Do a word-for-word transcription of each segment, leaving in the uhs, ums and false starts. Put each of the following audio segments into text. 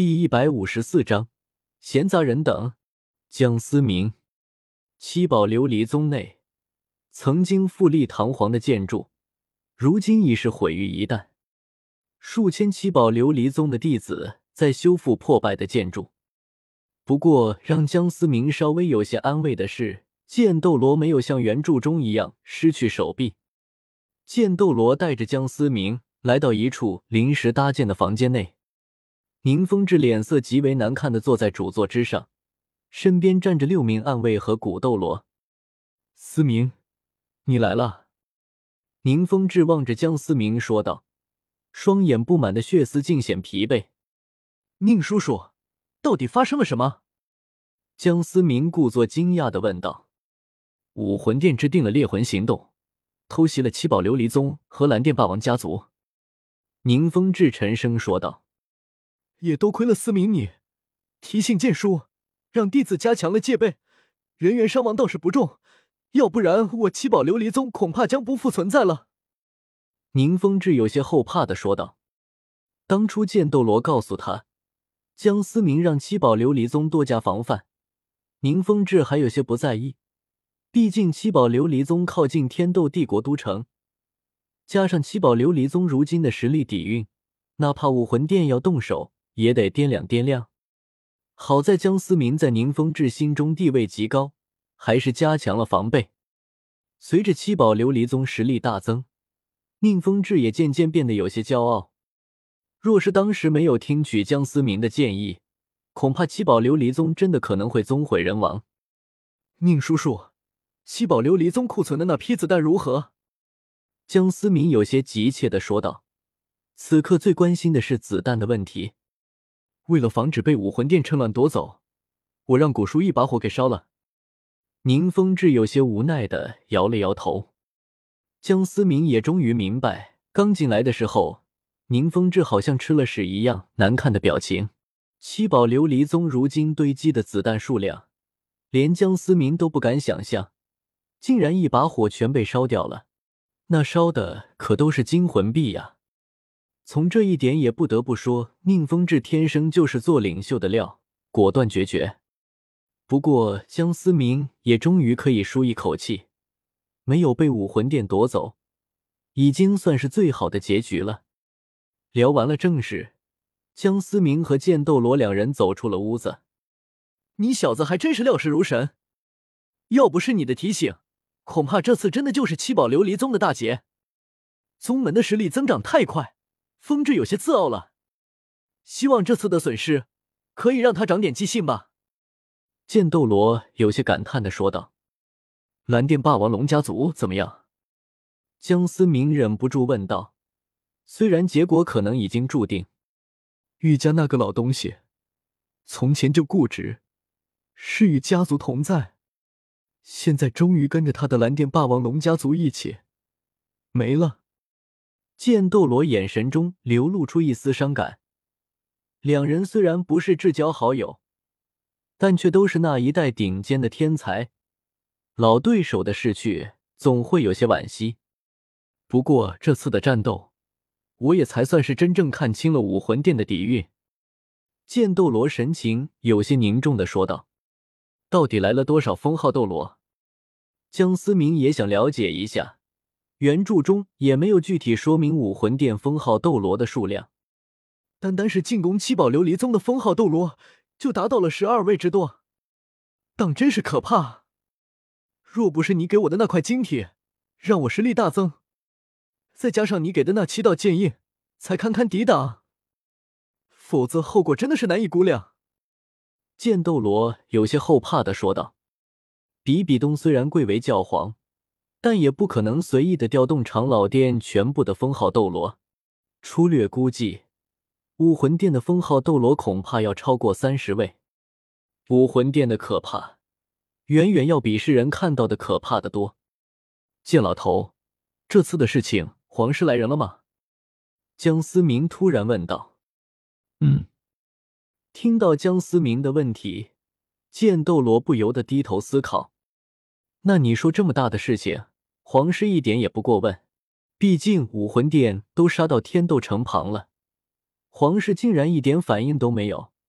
第一百五十四章闲杂人等。江思明，七宝琉璃宗内曾经富丽堂皇的建筑，如今已是毁于一旦。数千七宝琉璃宗的弟子在修复破败的建筑。不过让江思明稍微有些安慰的是，剑斗罗没有像原著中一样失去手臂。剑斗罗带着江思明来到一处临时搭建的房间内，宁风致脸色极为难看地坐在主座之上，身边站着六名暗卫和古斗罗。思明，你来了。宁风致望着江思明说道，双眼布满的血丝尽显疲惫。宁叔叔，到底发生了什么？江思明故作惊讶地问道。武魂殿制定了猎魂行动，偷袭了七宝琉璃宗和蓝电霸王家族。宁风致沉声说道。 也多亏了思明你提醒剑叔，让弟子加强了戒备，人员伤亡倒是不重，要不然我七宝琉璃宗恐怕将不复存在了。 宁风致有些后怕地说道。当初剑斗罗告诉他，江思明让七宝琉璃宗多加防范，宁风致还有些不在意，毕竟七宝琉璃宗靠近天斗帝国都城，加上七宝琉璃宗如今的实力底蕴，哪怕武魂殿要动手也得掂量掂量。好在江思明在宁风致心中地位极高，还是加强了防备。随着七宝琉璃宗实力大增，宁风致也渐渐变得有些骄傲。若是当时没有听取江思明的建议，恐怕七宝琉璃宗真的可能会宗毁人亡。 宁叔叔，七宝琉璃宗库存的那批子弹如何？ 江思明有些急切地说道。此刻最关心的是子弹的问题。 为了防止被武魂殿趁乱夺走，我让古书一把火给烧了。 宁风致有些无奈地摇了摇头。江思明也终于明白，刚进来的时候宁风致好像吃了屎一样难看的表情。七宝琉璃宗如今堆积的子弹数量，连江思明都不敢想象，竟然一把火全被烧掉了。那烧的可都是金魂币呀！从这一点也不得不说，宁风致天生就是做领袖的料，果断决绝。不过江思明也终于可以舒一口气，没有被武魂殿夺走，已经算是最好的结局了。聊完了正事，江思明和剑斗罗两人走出了屋子。 你小子还真是料事如神，要不是你的提醒，恐怕这次真的就是七宝琉璃宗的大劫。宗门的实力增长太快，风致有些自傲了。希望这次的损失可以让他长点记性吧。 剑斗罗有些感叹地说道。 蓝电霸王龙家族怎么样？ 江思明忍不住问道。虽然结果可能已经注定， 玉家那个老东西从前就固执，是与家族同在，现在终于跟着他的蓝电霸王龙家族一起没了。 剑斗罗眼神中流露出一丝伤感。两人虽然不是至交好友，但却都是那一代顶尖的天才，老对手的逝去总会有些惋惜。不过这次的战斗，我也才算是真正看清了武魂殿的底蕴。剑斗罗神情有些凝重地说道。到底来了多少封号斗罗？江思明也想了解一下，原著中也没有具体说明武魂殿封号斗罗的数量。 单单是进攻七宝琉璃宗的封号斗罗就达到了十二位之多，当真是可怕。若不是你给我的那块晶体让我实力大增，再加上你给的那七道剑印才堪堪抵挡，否则后果真的是难以估量。 剑斗罗有些后怕地说道。比比东虽然贵为教皇，但也不可能随意地调动长老殿全部的封号斗罗。粗略估计，武魂殿的封号斗罗恐怕要超过三十位。武魂殿的可怕，远远要比世人看到的可怕得多。剑老头，这次的事情，皇室来人了吗？江思明突然问道。嗯。听到江思明的问题，剑斗罗不由得低头思考。那你说这么大的事情，皇室一点也不过问，毕竟武魂殿都杀到天斗城旁了，皇室竟然一点反应都没有，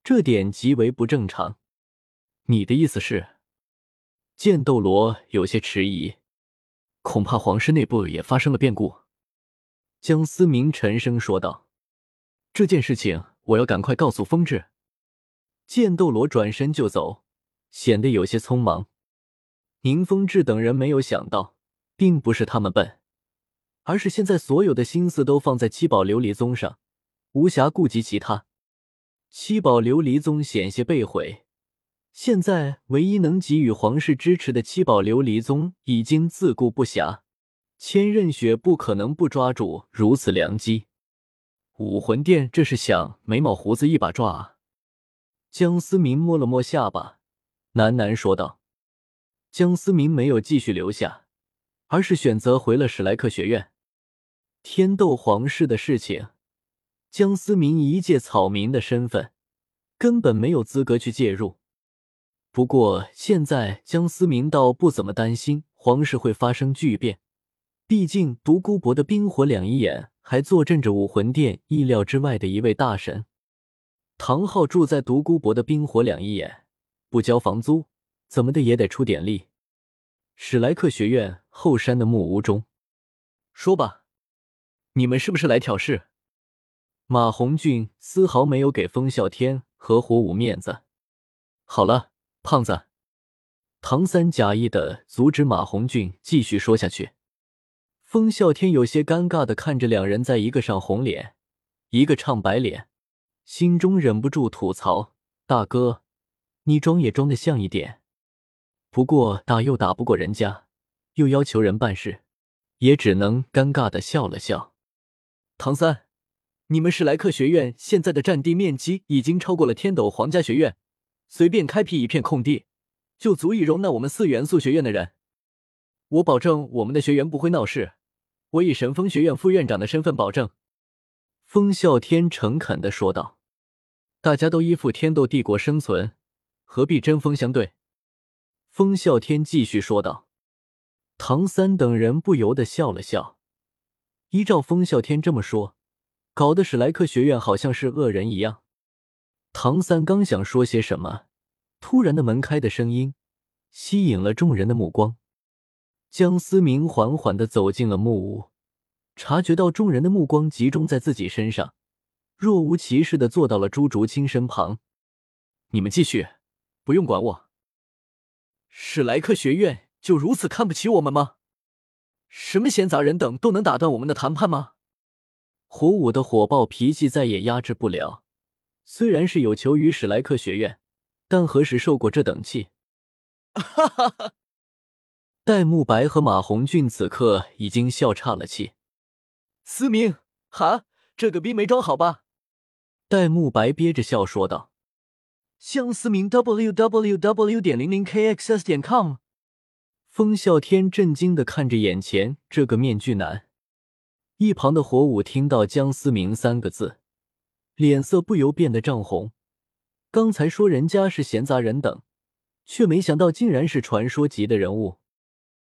这点极为不正常。你的意思是？剑斗罗有些迟疑， 恐怕皇室内部也发生了变故。 江思明沉声说道。 这件事情我要赶快告诉风致。 剑斗罗转身就走，显得有些匆忙。宁风致等人没有想到，并不是他们笨，而是现在所有的心思都放在七宝琉璃宗上，无暇顾及其他。七宝琉璃宗险些被毁，现在唯一能给予皇室支持的七宝琉璃宗已经自顾不暇，千仞雪不可能不抓住如此良机。 武魂殿这是想眉毛胡子一把抓啊？ 江思明摸了摸下巴，喃喃说道。江思明没有继续留下，而是选择回了史莱克学院。天斗皇室的事情，江思明以一介草民的身份，根本没有资格去介入。不过现在江思明倒不怎么担心皇室会发生巨变，毕竟独孤博的冰火两仪眼还坐镇着武魂殿意料之外的一位大神。唐昊住在独孤博的冰火两仪眼，不交房租，怎么的也得出点力。史莱克学院后山的木屋中， 说吧，你们是不是来挑事？ 马红俊丝毫没有给风啸天和火舞面子。 好了，胖子。 唐三假意的阻止马红俊继续说下去。风啸天有些尴尬的看着两人，在一个上红脸，一个唱白脸，心中忍不住吐槽：大哥，你装也装得像一点。不过打又打不过人家，又要求人办事，也只能尴尬的笑了笑。 唐三，你们史莱克学院现在的占地面积已经超过了天斗皇家学院，随便开辟一片空地，就足以容纳我们四元素学院的人。我保证我们的学员不会闹事，我以神风学院副院长的身份保证。 风啸天诚恳地说道。 大家都依附天斗帝国生存，何必针锋相对？ 风啸天继续说道。唐三等人不由得笑了笑。依照风啸天这么说，搞得史莱克学院好像是恶人一样。唐三刚想说些什么，突然的门开的声音吸引了众人的目光。江思明缓缓地走进了木屋，察觉到众人的目光集中在自己身上，若无其事地坐到了朱竹清身旁。 你们继续，不用管我。史莱克学院就如此看不起我们吗？什么闲杂人等都能打断我们的谈判吗？ 火舞的火爆脾气再也压制不了，虽然是有求于史莱克学院，但何时受过这等气？ 哈哈哈！ 戴沐白和马红俊此刻已经笑岔了气。 思明，哈，这个逼没装好吧？ 戴沐白憋着笑说道。 江思明 w w w 点零零 k x s 点 com。 风啸天震惊地看着眼前这个面具男，一旁的火舞听到江思明三个字，脸色不由变得涨红。刚才说人家是闲杂人等，却没想到竟然是传说级的人物。